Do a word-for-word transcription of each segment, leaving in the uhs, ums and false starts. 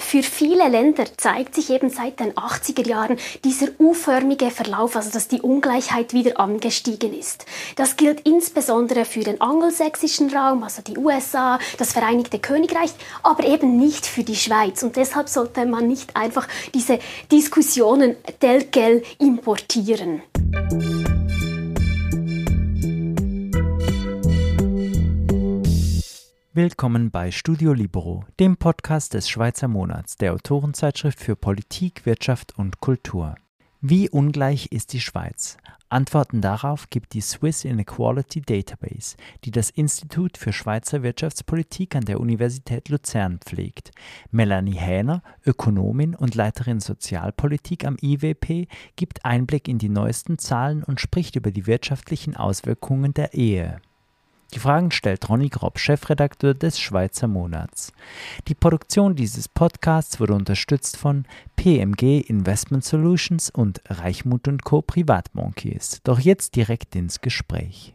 für viele Länder zeigt sich eben seit den achtziger Jahren dieser U-förmige Verlauf, also dass die Ungleichheit wieder angestiegen ist. Das gilt insbesondere für den angelsächsischen Raum, also die U S A, das Vereinigte Königreich, aber eben nicht für die Schweiz. Und deshalb sollte man nicht einfach diese Diskussionen telquel importieren. Willkommen bei Studio Libero, dem Podcast des Schweizer Monats, der Autorenzeitschrift für Politik, Wirtschaft und Kultur. Wie ungleich ist die Schweiz? Antworten darauf gibt die Swiss Inequality Database, die das Institut für Schweizer Wirtschaftspolitik an der Universität Luzern pflegt. Melanie Hähner, Ökonomin und Leiterin Sozialpolitik am I W P, gibt Einblick in die neuesten Zahlen und spricht über die wirtschaftlichen Auswirkungen der Ehe. Die Fragen stellt Ronny Grob, Chefredakteur des Schweizer Monats. Die Produktion dieses Podcasts wurde unterstützt von P M G Investment Solutions und Reichmuth und Co. Privatbankiers. Doch jetzt direkt ins Gespräch.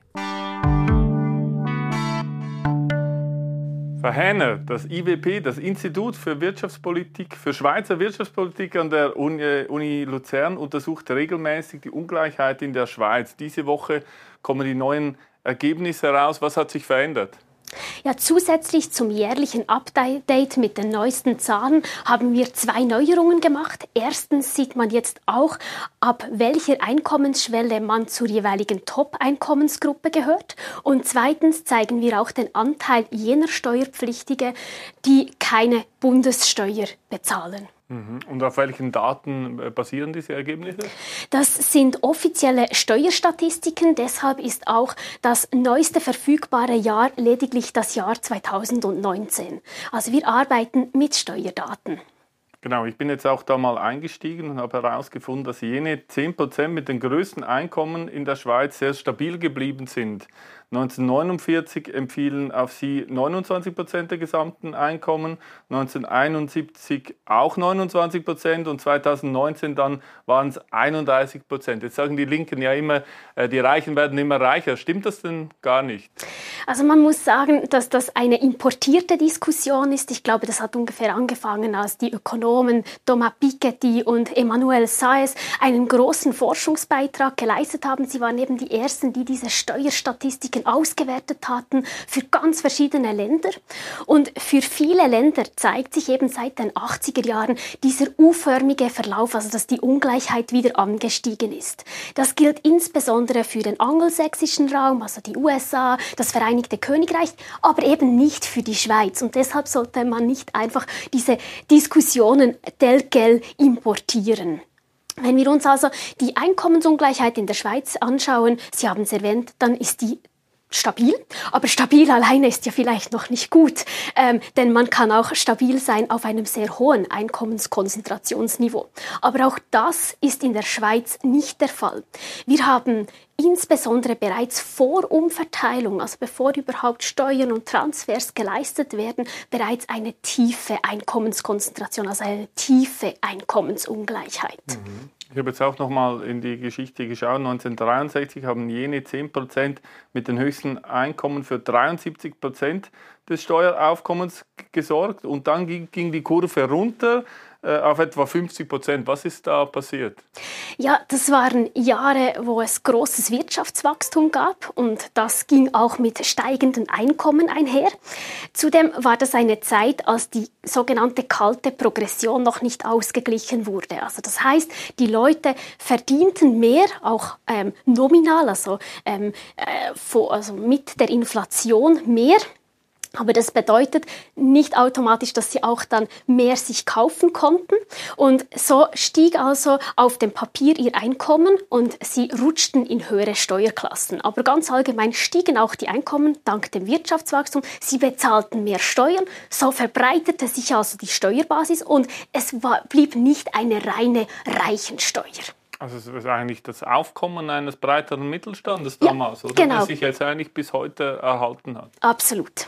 Frau Hähner, das I W P, das Institut für Wirtschaftspolitik, für Schweizer Wirtschaftspolitik an der Uni, Uni Luzern, untersucht regelmäßig die Ungleichheit in der Schweiz. Diese Woche kommen die neuen Ergebnisse heraus. Was hat sich verändert? Ja, zusätzlich zum jährlichen Update mit den neuesten Zahlen haben wir zwei Neuerungen gemacht. Erstens sieht man jetzt auch, ab welcher Einkommensschwelle man zur jeweiligen Top-Einkommensgruppe gehört. Und zweitens zeigen wir auch den Anteil jener Steuerpflichtige, die keine Bundessteuer bezahlen. Und auf welchen Daten basieren diese Ergebnisse? Das sind offizielle Steuerstatistiken, deshalb ist auch das neueste verfügbare Jahr lediglich das Jahr zweitausendneunzehn. Also wir arbeiten mit Steuerdaten. Genau, ich bin jetzt auch da mal eingestiegen und habe herausgefunden, dass jene zehn Prozent mit den größten Einkommen in der Schweiz sehr stabil geblieben sind. neunzehnhundertneunundvierzig empfielen auf sie neunundzwanzig Prozent der gesamten Einkommen, neunzehnhunderteinundsiebzig auch neunundzwanzig Prozent und zweitausendneunzehn dann waren es einunddreißig Prozent. Jetzt sagen die Linken ja immer, die Reichen werden immer reicher. Stimmt das denn gar nicht? Also man muss sagen, dass das eine importierte Diskussion ist. Ich glaube, das hat ungefähr angefangen, als die Ökonomen Thomas Piketty und Emmanuel Saez einen großen Forschungsbeitrag geleistet haben. Sie waren eben die Ersten, die diese Steuerstatistiken ausgewertet hatten für ganz verschiedene Länder. Und für viele Länder zeigt sich eben seit den achtziger Jahren dieser U-förmige Verlauf, also dass die Ungleichheit wieder angestiegen ist. Das gilt insbesondere für den angelsächsischen Raum, also die U S A, das Vereinigte Königreich, aber eben nicht für die Schweiz. Und deshalb sollte man nicht einfach diese Diskussionen telquel importieren. Wenn wir uns also die Einkommensungleichheit in der Schweiz anschauen, Sie haben es erwähnt, dann ist die stabil, aber stabil alleine ist ja vielleicht noch nicht gut, ähm, denn man kann auch stabil sein auf einem sehr hohen Einkommenskonzentrationsniveau. Aber auch das ist in der Schweiz nicht der Fall. Wir haben insbesondere bereits vor Umverteilung, also bevor überhaupt Steuern und Transfers geleistet werden, bereits eine tiefe Einkommenskonzentration, also eine tiefe Einkommensungleichheit. Mhm. Ich habe jetzt auch noch mal in die Geschichte geschaut. neunzehnhundertdreiundsechzig haben jene zehn Prozent mit den höchsten Einkommen für dreiundsiebzig Prozent des Steueraufkommens gesorgt. Und dann ging, ging die Kurve runter äh, auf etwa fünfzig Prozent. Was ist da passiert? Ja, das waren Jahre, wo es großes Wirtschaftswachstum gab und das ging auch mit steigenden Einkommen einher. Zudem war das eine Zeit, als die sogenannte kalte Progression noch nicht ausgeglichen wurde. Also das heißt, die Leute verdienten mehr, auch ähm, nominal, also, ähm, äh, vor, also mit der Inflation mehr. Aber das bedeutet nicht automatisch, dass sie auch dann mehr sich kaufen konnten. Und so stieg also auf dem Papier ihr Einkommen und sie rutschten in höhere Steuerklassen. Aber ganz allgemein stiegen auch die Einkommen dank dem Wirtschaftswachstum. Sie bezahlten mehr Steuern. So verbreitete sich also die Steuerbasis und es war, blieb nicht eine reine Reichensteuer. Also es ist eigentlich das Aufkommen eines breiteren Mittelstandes damals, ja, oder? Genau. Das sich jetzt eigentlich bis heute erhalten hat. Absolut.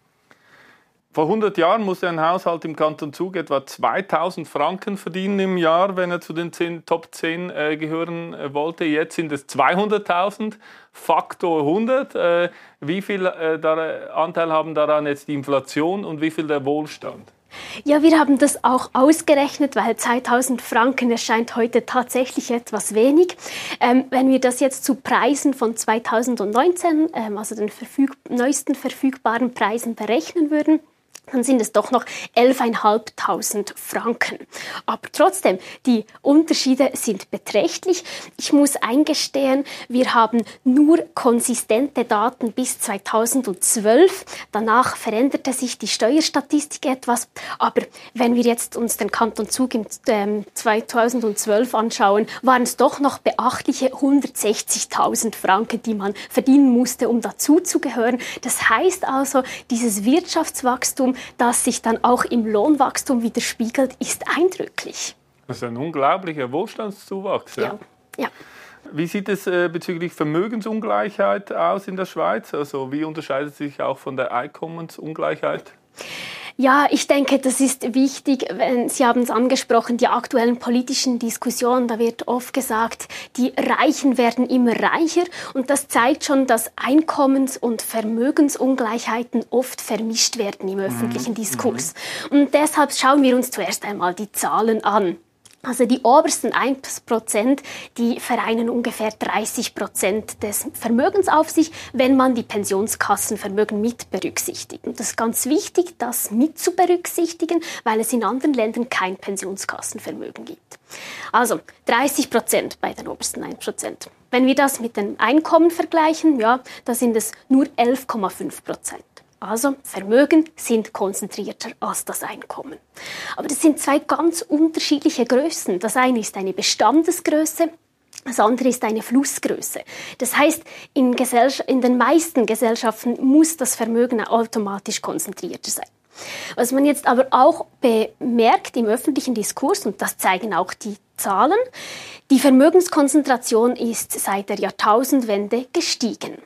Vor hundert Jahren musste ein Haushalt im Kanton Zug etwa zweitausend Franken verdienen im Jahr, wenn er zu den zehn, Top zehn äh, gehören äh, wollte. Jetzt sind es zweihunderttausend, Faktor hundert. Äh, wie viel äh, da, Anteil haben daran jetzt die Inflation und wie viel der Wohlstand? Ja, wir haben das auch ausgerechnet, weil zweitausend Franken erscheint heute tatsächlich etwas wenig. Ähm, wenn wir das jetzt zu Preisen von zweitausendneunzehn, ähm, also den verfüg- neuesten verfügbaren Preisen berechnen würden, dann sind es doch noch elftausendfünfhundert Franken. Aber trotzdem, die Unterschiede sind beträchtlich. Ich muss eingestehen, wir haben nur konsistente Daten bis zweitausendzwölf. Danach veränderte sich die Steuerstatistik etwas. Aber wenn wir jetzt uns den Kanton Zug im ähm, zweitausendzwölf anschauen, waren es doch noch beachtliche hundertsechzigtausend Franken, die man verdienen musste, um dazuzugehören. Das heißt also, dieses Wirtschaftswachstum, das sich dann auch im Lohnwachstum widerspiegelt, ist eindrücklich. Das ist ein unglaublicher Wohlstandszuwachs. Ja. Ja, ja. Wie sieht es äh, bezüglich Vermögensungleichheit aus in der Schweiz? Also wie unterscheidet es sich auch von der Einkommensungleichheit? Ja, ich denke, das ist wichtig. Sie haben es angesprochen, die aktuellen politischen Diskussionen, da wird oft gesagt, die Reichen werden immer reicher. Und das zeigt schon, dass Einkommens- und Vermögensungleichheiten oft vermischt werden im öffentlichen Diskurs. Und deshalb schauen wir uns zuerst einmal die Zahlen an. Also die obersten ein Prozent, die vereinen ungefähr dreißig Prozent des Vermögens auf sich, wenn man die Pensionskassenvermögen mit berücksichtigt. Und das ist ganz wichtig, das mit zu berücksichtigen, weil es in anderen Ländern kein Pensionskassenvermögen gibt. Also dreißig Prozent bei den obersten ein Prozent. Wenn wir das mit dem Einkommen vergleichen, ja, da sind es nur elf Komma fünf Prozent. Also Vermögen sind konzentrierter als das Einkommen. Aber das sind zwei ganz unterschiedliche Größen. Das eine ist eine Bestandesgröße, das andere ist eine Flussgröße. Das heißt, in, Gesell- in den meisten Gesellschaften muss das Vermögen automatisch konzentrierter sein. Was man jetzt aber auch bemerkt im öffentlichen Diskurs, und das zeigen auch die Zahlen, die Vermögenskonzentration ist seit der Jahrtausendwende gestiegen.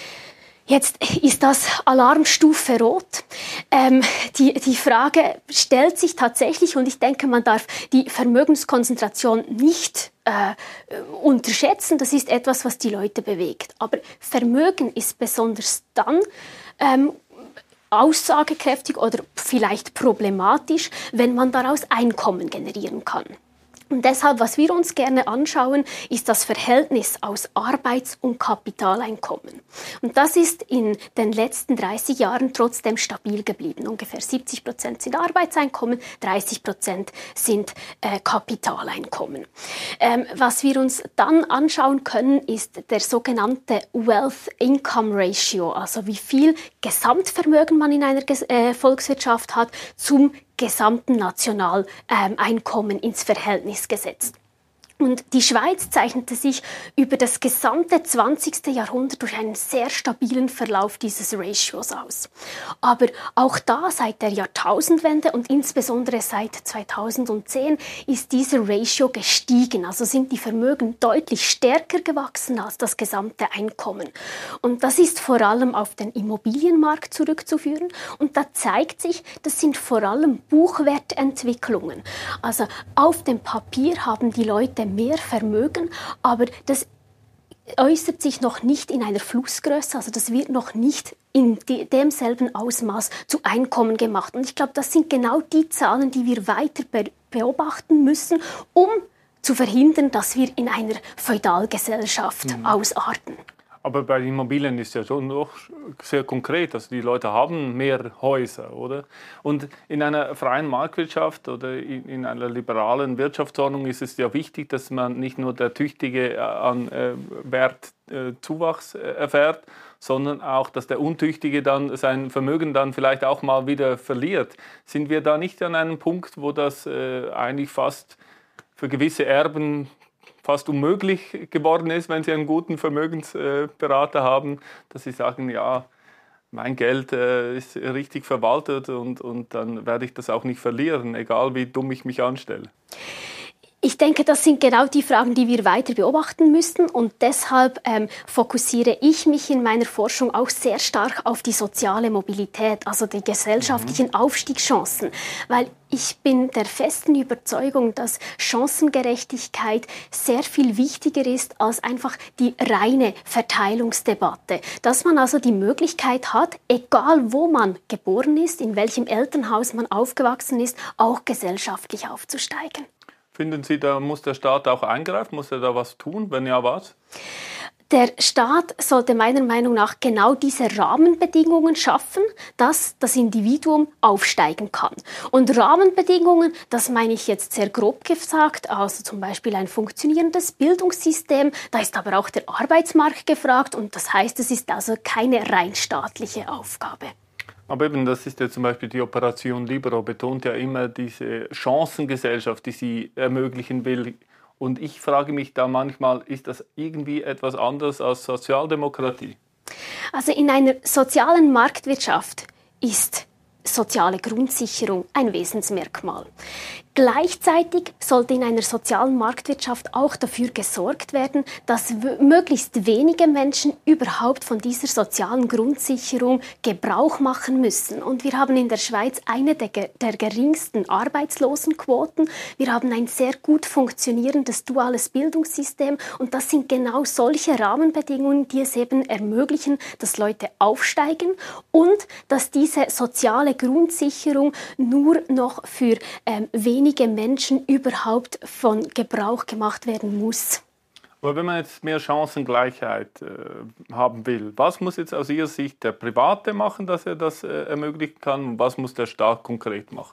Jetzt ist das Alarmstufe Rot. Ähm, die, die Frage stellt sich tatsächlich, und ich denke, man darf die Vermögenskonzentration nicht äh, unterschätzen. Das ist etwas, was die Leute bewegt. Aber Vermögen ist besonders dann ähm, aussagekräftig oder vielleicht problematisch, wenn man daraus Einkommen generieren kann. Und deshalb, was wir uns gerne anschauen, ist das Verhältnis aus Arbeits- und Kapitaleinkommen. Und das ist in den letzten dreißig Jahren trotzdem stabil geblieben. Ungefähr siebzig Prozent sind Arbeitseinkommen, dreißig Prozent sind äh, Kapitaleinkommen. Ähm, was wir uns dann anschauen können, ist der sogenannte Wealth-Income Ratio, also wie viel Gesamtvermögen man in einer Ges- äh, Volkswirtschaft hat zum gesamten Nationaleinkommen ähm, ins Verhältnis gesetzt. Und die Schweiz zeichnete sich über das gesamte zwanzigste Jahrhundert durch einen sehr stabilen Verlauf dieses Ratios aus. Aber auch da seit der Jahrtausendwende und insbesondere seit zweitausendzehn ist dieser Ratio gestiegen. Also sind die Vermögen deutlich stärker gewachsen als das gesamte Einkommen. Und das ist vor allem auf den Immobilienmarkt zurückzuführen. Und da zeigt sich, das sind vor allem Buchwertentwicklungen. Also auf dem Papier haben die Leute mehr Vermögen, aber das äußert sich noch nicht in einer Flussgröße, also das wird noch nicht in de- demselben Ausmaß zu Einkommen gemacht. Und ich glaube, das sind genau die Zahlen, die wir weiter be- beobachten müssen, um zu verhindern, dass wir in einer Feudalgesellschaft mhm. ausarten. Aber bei den Immobilien ist ja schon noch sehr konkret. Also die Leute haben mehr Häuser, oder? Und in einer freien Marktwirtschaft oder in einer liberalen Wirtschaftsordnung ist es ja wichtig, dass man nicht nur der Tüchtige an äh, Wertzuwachs äh, erfährt, sondern auch, dass der Untüchtige dann sein Vermögen dann vielleicht auch mal wieder verliert. Sind wir da nicht an einem Punkt, wo das äh, eigentlich fast für gewisse Erben fast unmöglich geworden ist, wenn sie einen guten Vermögensberater haben, dass sie sagen, ja, mein Geld äh, ist richtig verwaltet und, und dann werde ich das auch nicht verlieren, egal wie dumm ich mich anstelle? Ich ich denke, das sind genau die Fragen, die wir weiter beobachten müssen. Und deshalb ähm, fokussiere ich mich in meiner Forschung auch sehr stark auf die soziale Mobilität, also die gesellschaftlichen mhm. Aufstiegschancen. Weil ich bin der festen Überzeugung, dass Chancengerechtigkeit sehr viel wichtiger ist als einfach die reine Verteilungsdebatte. Dass man also die Möglichkeit hat, egal wo man geboren ist, in welchem Elternhaus man aufgewachsen ist, auch gesellschaftlich aufzusteigen. Finden Sie, da muss der Staat auch eingreifen? Muss er da was tun? Wenn ja, was? Der Staat sollte meiner Meinung nach genau diese Rahmenbedingungen schaffen, dass das Individuum aufsteigen kann. Und Rahmenbedingungen, das meine ich jetzt sehr grob gesagt, also zum Beispiel ein funktionierendes Bildungssystem, da ist aber auch der Arbeitsmarkt gefragt und das heißt, es ist also keine rein staatliche Aufgabe. Aber eben, das ist ja zum Beispiel die Operation Libero, betont ja immer diese Chancengesellschaft, die sie ermöglichen will. Und ich frage mich da manchmal, ist das irgendwie etwas anderes als Sozialdemokratie? Also in einer sozialen Marktwirtschaft ist soziale Grundsicherung ein Wesensmerkmal. Gleichzeitig sollte in einer sozialen Marktwirtschaft auch dafür gesorgt werden, dass w- möglichst wenige Menschen überhaupt von dieser sozialen Grundsicherung Gebrauch machen müssen. Und wir haben in der Schweiz eine der, ge- der geringsten Arbeitslosenquoten. Wir haben ein sehr gut funktionierendes duales Bildungssystem. Und das sind genau solche Rahmenbedingungen, die es eben ermöglichen, dass Leute aufsteigen und dass diese soziale Grundsicherung nur noch für ähm, wenige Menschen überhaupt von Gebrauch gemacht werden muss. Aber wenn man jetzt mehr Chancengleichheit äh, haben will, was muss jetzt aus Ihrer Sicht der Private machen, dass er das äh, ermöglichen kann, und was muss der Staat konkret machen?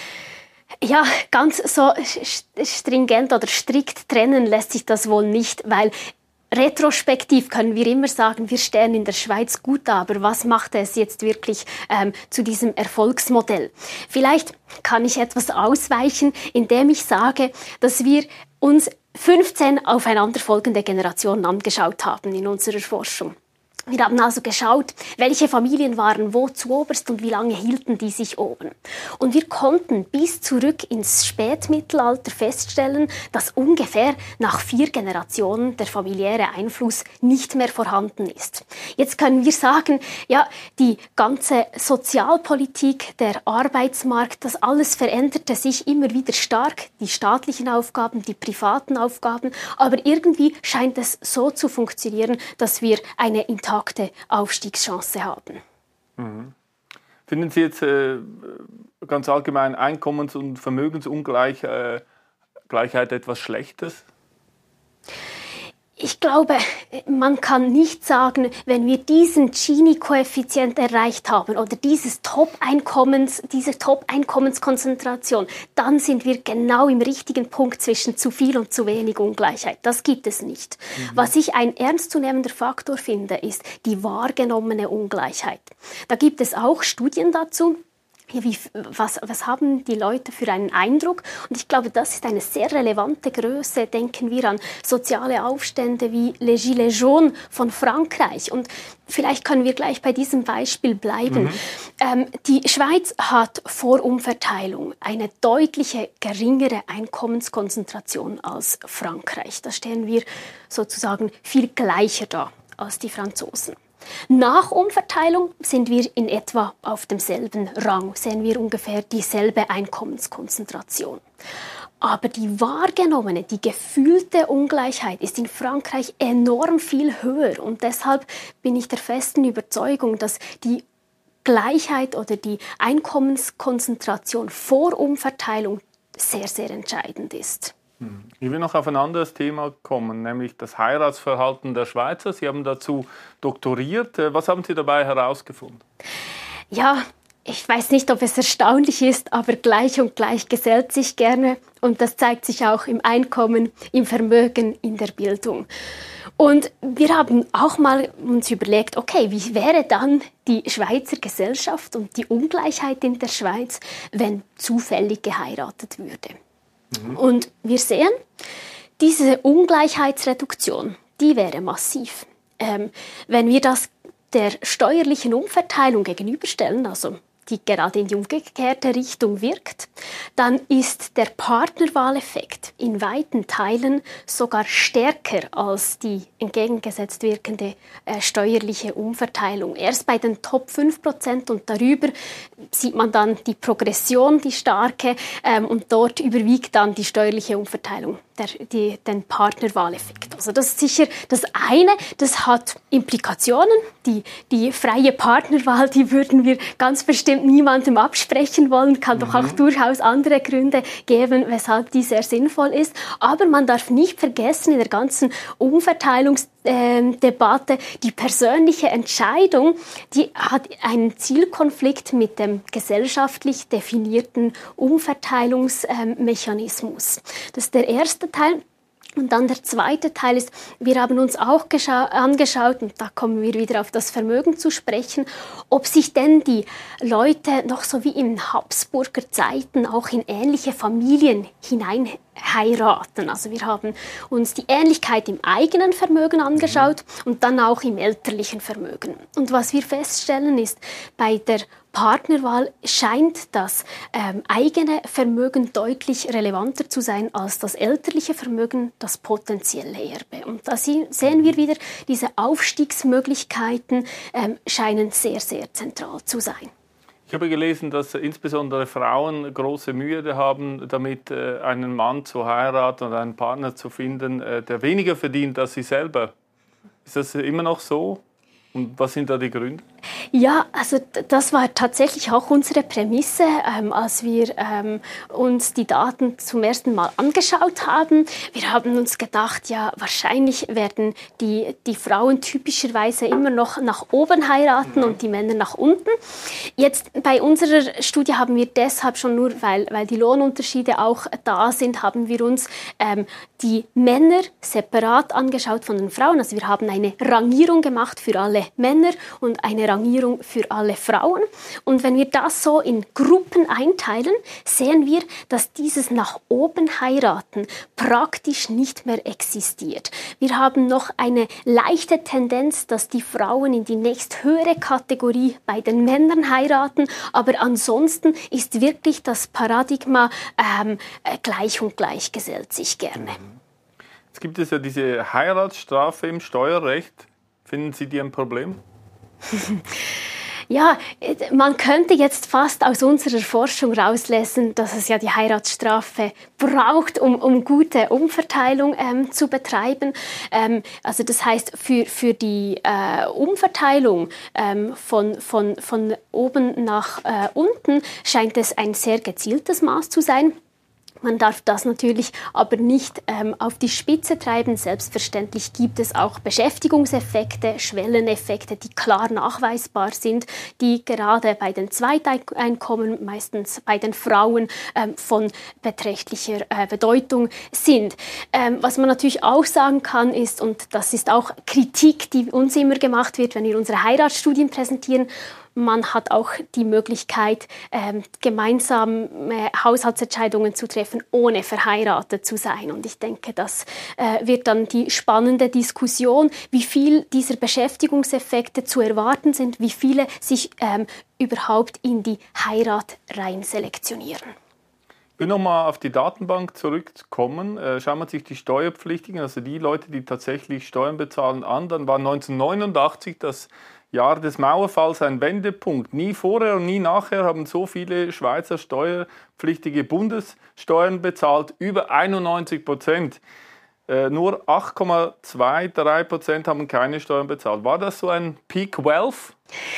Ja, ganz so stringent oder strikt trennen lässt sich das wohl nicht, weil retrospektiv können wir immer sagen, wir stehen in der Schweiz gut da, aber was macht es jetzt wirklich ähm, zu diesem Erfolgsmodell? Vielleicht kann ich etwas ausweichen, indem ich sage, dass wir uns fünfzehn aufeinanderfolgende Generationen angeschaut haben in unserer Forschung. Wir haben also geschaut, welche Familien waren wo zuoberst und wie lange hielten die sich oben. Und wir konnten bis zurück ins Spätmittelalter feststellen, dass ungefähr nach vier Generationen der familiäre Einfluss nicht mehr vorhanden ist. Jetzt können wir sagen, ja, die ganze Sozialpolitik, der Arbeitsmarkt, das alles veränderte sich immer wieder stark, die staatlichen Aufgaben, die privaten Aufgaben, aber irgendwie scheint es so zu funktionieren, dass wir eine intakte Aufstiegschance haben. Mhm. Finden Sie jetzt äh, ganz allgemein Einkommens- und Vermögensungleichheit äh, etwas Schlechtes? Ich glaube, man kann nicht sagen, wenn wir diesen Gini-Koeffizient erreicht haben oder dieses Top-Einkommens, diese Top-Einkommenskonzentration, dann sind wir genau im richtigen Punkt zwischen zu viel und zu wenig Ungleichheit. Das gibt es nicht. Mhm. Was ich ein ernstzunehmender Faktor finde, ist die wahrgenommene Ungleichheit. Da gibt es auch Studien dazu. Ja, wie, was, was haben die Leute für einen Eindruck? Und ich glaube, das ist eine sehr relevante Größe. Denken wir an soziale Aufstände wie Les Gilets jaunes von Frankreich. Und vielleicht können wir gleich bei diesem Beispiel bleiben. Mhm. Ähm, die Schweiz hat vor Umverteilung eine deutliche geringere Einkommenskonzentration als Frankreich. Da stehen wir sozusagen viel gleicher da als die Franzosen. Nach Umverteilung sind wir in etwa auf demselben Rang, sehen wir ungefähr dieselbe Einkommenskonzentration. Aber die wahrgenommene, die gefühlte Ungleichheit ist in Frankreich enorm viel höher. Und deshalb bin ich der festen Überzeugung, dass die Gleichheit oder die Einkommenskonzentration vor Umverteilung sehr, sehr entscheidend ist. Ich will noch auf ein anderes Thema kommen, nämlich das Heiratsverhalten der Schweizer. Sie haben dazu doktoriert. Was haben Sie dabei herausgefunden? Ja, ich weiß nicht, ob es erstaunlich ist, aber gleich und gleich gesellt sich gerne. Und das zeigt sich auch im Einkommen, im Vermögen, in der Bildung. Und wir haben auch mal uns überlegt, okay, wie wäre dann die Schweizer Gesellschaft und die Ungleichheit in der Schweiz, wenn zufällig geheiratet würde? Mhm. Und wir sehen, diese Ungleichheitsreduktion, die wäre massiv. Ähm, wenn wir das der steuerlichen Umverteilung gegenüberstellen, also die gerade in die umgekehrte Richtung wirkt, dann ist der Partnerwahleffekt in weiten Teilen sogar stärker als die entgegengesetzt wirkende äh, steuerliche Umverteilung. Erst bei den Top fünf Prozent und darüber sieht man dann die Progression, die starke, ähm, und dort überwiegt dann die steuerliche Umverteilung, der, die, den Partnerwahleffekt. Also das ist sicher das eine, das hat Implikationen. Die, die freie Partnerwahl, die würden wir ganz bestimmt niemandem absprechen wollen, kann mhm. doch auch durchaus andere Gründe geben, weshalb die sehr sinnvoll ist. Aber man darf nicht vergessen, in der ganzen Umverteilungsdebatte, die persönliche Entscheidung, die hat einen Zielkonflikt mit dem gesellschaftlich definierten Umverteilungsmechanismus. Das ist der erste Teil. Und dann der zweite Teil ist, wir haben uns auch angeschaut, und da kommen wir wieder auf das Vermögen zu sprechen, ob sich denn die Leute noch so wie in Habsburger Zeiten auch in ähnliche Familien hinein heiraten. Also wir haben uns die Ähnlichkeit im eigenen Vermögen angeschaut und dann auch im elterlichen Vermögen. Und was wir feststellen ist, bei der Partnerwahl scheint das ähm, eigene Vermögen deutlich relevanter zu sein als das elterliche Vermögen, das potenzielle Erbe. Und da sehen wir wieder, diese Aufstiegsmöglichkeiten ähm, scheinen sehr, sehr zentral zu sein. Ich habe gelesen, dass insbesondere Frauen große Mühe haben, damit äh, einen Mann zu heiraten oder einen Partner zu finden, äh, der weniger verdient als sie selber. Ist das immer noch so? Und was sind da die Gründe? Ja, also das war tatsächlich auch unsere Prämisse, ähm, als wir ähm, uns die Daten zum ersten Mal angeschaut haben. Wir haben uns gedacht, ja, wahrscheinlich werden die, die Frauen typischerweise immer noch nach oben heiraten und die Männer nach unten. Jetzt bei unserer Studie haben wir deshalb schon nur, weil, weil die Lohnunterschiede auch da sind, haben wir uns ähm, die Männer separat angeschaut von den Frauen. Also wir haben eine Rangierung gemacht für alle Männer und eine Rangierung für alle Frauen. Und wenn wir das so in Gruppen einteilen, sehen wir, dass dieses nach oben heiraten praktisch nicht mehr existiert. Wir haben noch eine leichte Tendenz, dass die Frauen in die nächsthöhere Kategorie bei den Männern heiraten, aber ansonsten ist wirklich das Paradigma ähm, gleich und gleich gesellt sich gerne. Jetzt gibt es ja diese Heiratsstrafe im Steuerrecht. Finden Sie die ein Problem? Ja, man könnte jetzt fast aus unserer Forschung rauslesen, dass es ja die Heiratsstrafe braucht, um, um gute Umverteilung ähm, zu betreiben. Ähm, also das heißt, für, für die äh, Umverteilung ähm, von, von, von oben nach äh, unten scheint es ein sehr gezieltes Maß zu sein. Man darf das natürlich aber nicht ähm, auf die Spitze treiben. Selbstverständlich gibt es auch Beschäftigungseffekte, Schwelleneffekte, die klar nachweisbar sind, die gerade bei den Zweiteinkommen, meistens bei den Frauen, ähm, von beträchtlicher äh, Bedeutung sind. Ähm, was man natürlich auch sagen kann ist, und das ist auch Kritik, die uns immer gemacht wird, wenn wir unsere Heiratsstudien präsentieren, man hat auch die Möglichkeit, ähm, gemeinsame Haushaltsentscheidungen zu treffen, ohne verheiratet zu sein. Und ich denke, das äh, wird dann die spannende Diskussion, wie viel dieser Beschäftigungseffekte zu erwarten sind, wie viele sich ähm, überhaupt in die Heirat rein selektionieren. Ich will nochmal auf die Datenbank zurückkommen. Äh, schauen wir sich die Steuerpflichtigen, also die Leute, die tatsächlich Steuern bezahlen, an. Dann war neunzehnhundertneunundachtzig das Jahr des Mauerfalls ein Wendepunkt. Nie vorher und nie nachher haben so viele Schweizer Steuerpflichtige Bundessteuern bezahlt, über einundneunzig Prozent. Äh, nur acht Komma drei Prozent haben keine Steuern bezahlt. War das so ein Peak Wealth?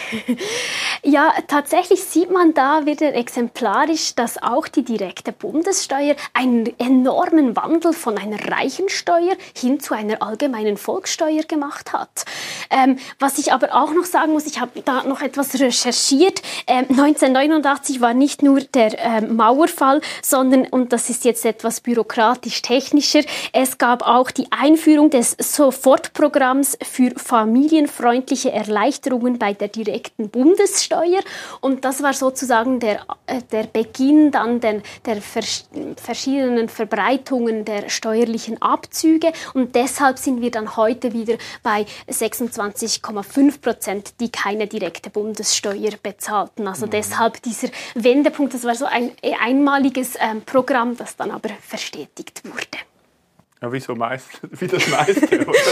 Ja, tatsächlich sieht man da wieder exemplarisch, dass auch die direkte Bundessteuer einen enormen Wandel von einer Reichensteuer hin zu einer allgemeinen Volkssteuer gemacht hat. Ähm, was ich aber auch noch sagen muss, ich habe da noch etwas recherchiert. Ähm, neunzehnhundertneunundachtzig war nicht nur der ähm, Mauerfall, sondern, und das ist jetzt etwas bürokratisch-technischer, es gab auch die Einführung des Sofortprogramms für familienfreundliche Erleichterungen bei der direkten Bundessteuer. Mehrwertsteuer. Und das war sozusagen der, äh, der Beginn dann der, der vers verschiedenen Verbreitungen der steuerlichen Abzüge. Und deshalb sind wir dann heute wieder bei sechsundzwanzig Komma fünf Prozent, die keine direkte Bundessteuer bezahlten. Also mhm. deshalb dieser Wendepunkt, das war so ein einmaliges ähm, Programm, das dann aber verstetigt wurde. Ja, wie, so meist, wie das meiste, oder?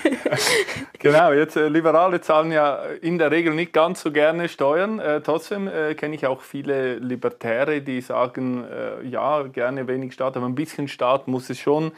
Genau, jetzt äh, Liberale zahlen ja in der Regel nicht ganz so gerne Steuern. Äh, trotzdem äh, kenne ich auch viele Libertäre, die sagen, äh, ja, gerne wenig Staat, aber ein bisschen Staat muss es schon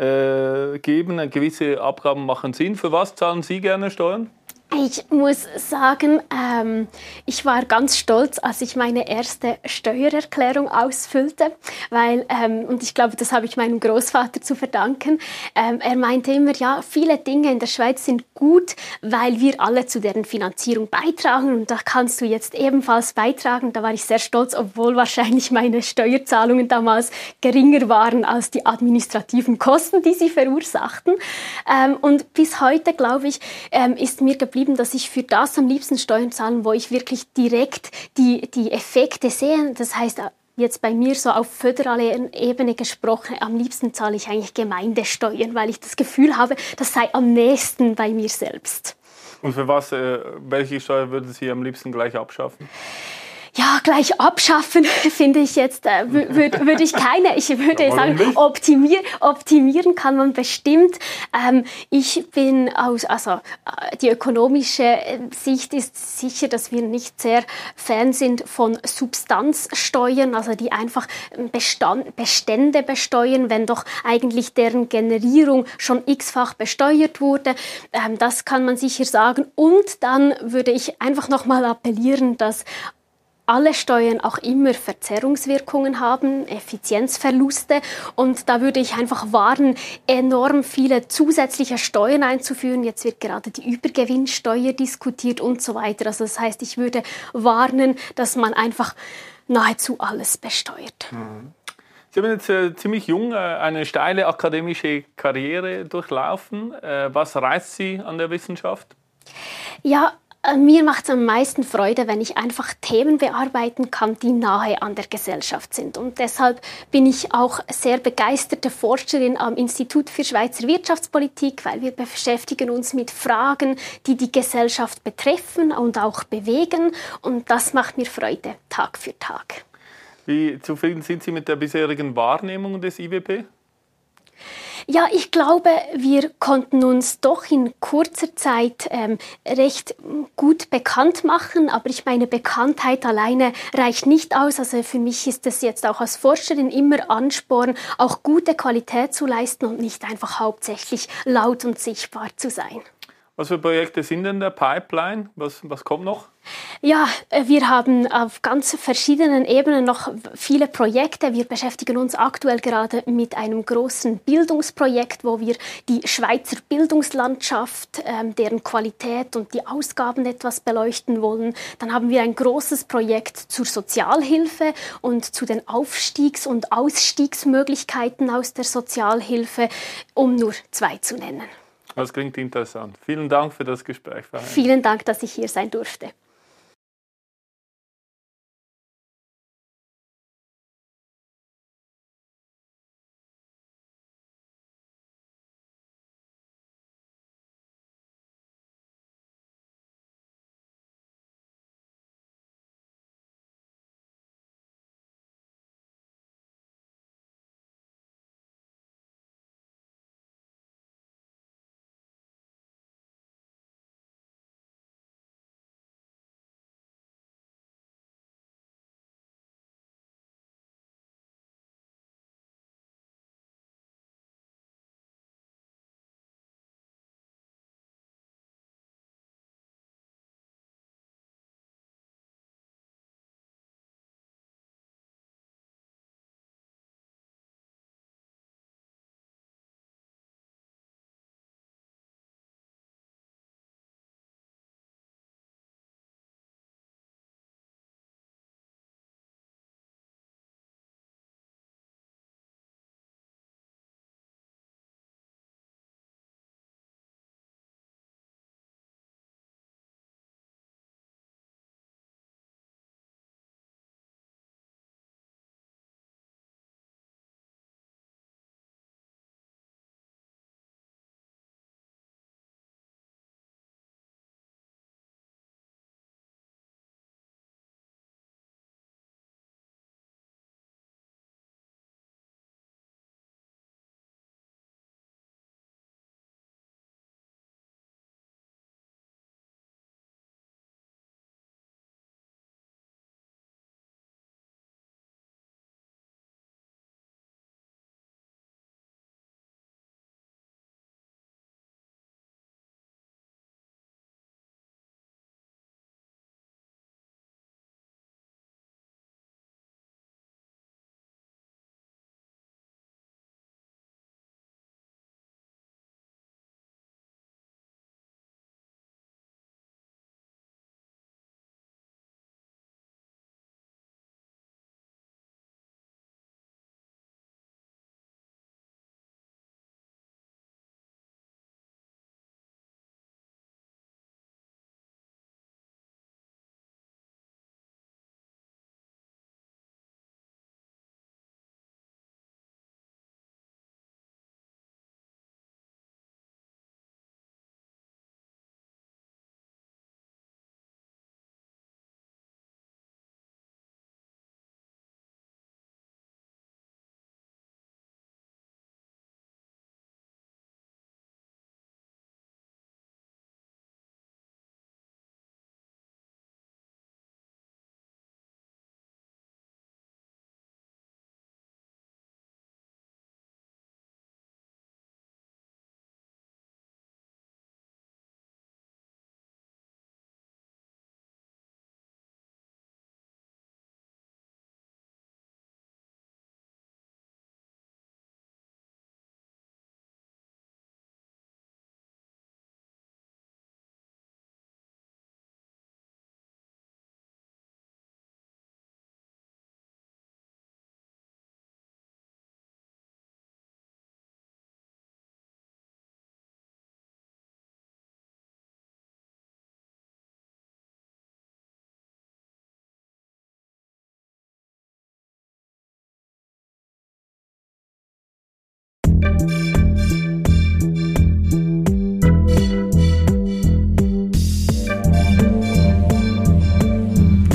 äh, geben. Gewisse Abgaben machen Sinn. Für was zahlen Sie gerne Steuern? Ich muss sagen, ähm, ich war ganz stolz, als ich meine erste Steuererklärung ausfüllte, weil, ähm, und ich glaube, das habe ich meinem Großvater zu verdanken, ähm, er meinte immer, ja, viele Dinge in der Schweiz sind gut, weil wir alle zu deren Finanzierung beitragen und da kannst du jetzt ebenfalls beitragen. Da war ich sehr stolz, obwohl wahrscheinlich meine Steuerzahlungen damals geringer waren als die administrativen Kosten, die sie verursachten. Ähm, und bis heute, glaube ich, ähm, ist mir geblieben, dass ich für das am liebsten Steuern zahle, wo ich wirklich direkt die, die Effekte sehe. Das heißt, jetzt bei mir so auf föderaler Ebene gesprochen, am liebsten zahle ich eigentlich Gemeindesteuern, weil ich das Gefühl habe, das sei am nächsten bei mir selbst. Und für was, äh, welche Steuer würden Sie am liebsten gleich abschaffen? Ja, gleich abschaffen, finde ich jetzt, äh, würde würd ich keine. Ich würde ja, sagen, optimier, optimieren kann man bestimmt. Ähm, ich bin aus, also äh, die ökonomische Sicht ist sicher, dass wir nicht sehr Fan sind von Substanzsteuern, also die einfach Bestand, Bestände besteuern, wenn doch eigentlich deren Generierung schon x-fach besteuert wurde. Ähm, das kann man sicher sagen. Und dann würde ich einfach nochmal appellieren, dass alle Steuern auch immer Verzerrungswirkungen haben, Effizienzverluste. Und da würde ich einfach warnen, enorm viele zusätzliche Steuern einzuführen. Jetzt wird gerade die Übergewinnsteuer diskutiert und so weiter. Also das heißt, ich würde warnen, dass man einfach nahezu alles besteuert. Mhm. Sie haben jetzt äh, ziemlich jung äh, eine steile akademische Karriere durchlaufen. Äh, was reizt Sie an der Wissenschaft? Ja, mir macht es am meisten Freude, wenn ich einfach Themen bearbeiten kann, die nahe an der Gesellschaft sind. Und deshalb bin ich auch sehr begeisterte Forscherin am Institut für Schweizer Wirtschaftspolitik, weil wir beschäftigen uns mit Fragen, die die Gesellschaft betreffen und auch bewegen. Und das macht mir Freude, Tag für Tag. Wie zufrieden sind Sie mit der bisherigen Wahrnehmung des I W P? Ja, ich glaube, wir konnten uns doch in kurzer Zeit ähm, recht gut bekannt machen. Aber ich meine, Bekanntheit alleine reicht nicht aus. Also für mich ist es jetzt auch als Forscherin immer Ansporn, auch gute Qualität zu leisten und nicht einfach hauptsächlich laut und sichtbar zu sein. Was für Projekte sind in der Pipeline? Was, was kommt noch? Ja, wir haben auf ganz verschiedenen Ebenen noch viele Projekte. Wir beschäftigen uns aktuell gerade mit einem großen Bildungsprojekt, wo wir die Schweizer Bildungslandschaft, ähm, deren Qualität und die Ausgaben etwas beleuchten wollen. Dann haben wir ein großes Projekt zur Sozialhilfe und zu den Aufstiegs- und Ausstiegsmöglichkeiten aus der Sozialhilfe, um nur zwei zu nennen. Das klingt interessant. Vielen Dank für das Gespräch, Frau Hein. Vielen Dank, dass ich hier sein durfte.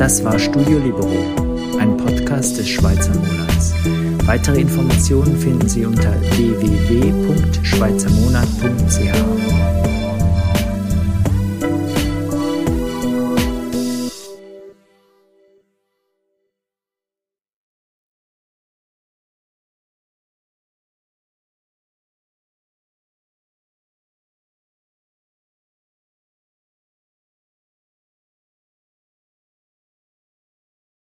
Das war Studio Libero, ein Podcast des Schweizer Monats. Weitere Informationen finden Sie unter w w w punkt schweizermonat punkt c h.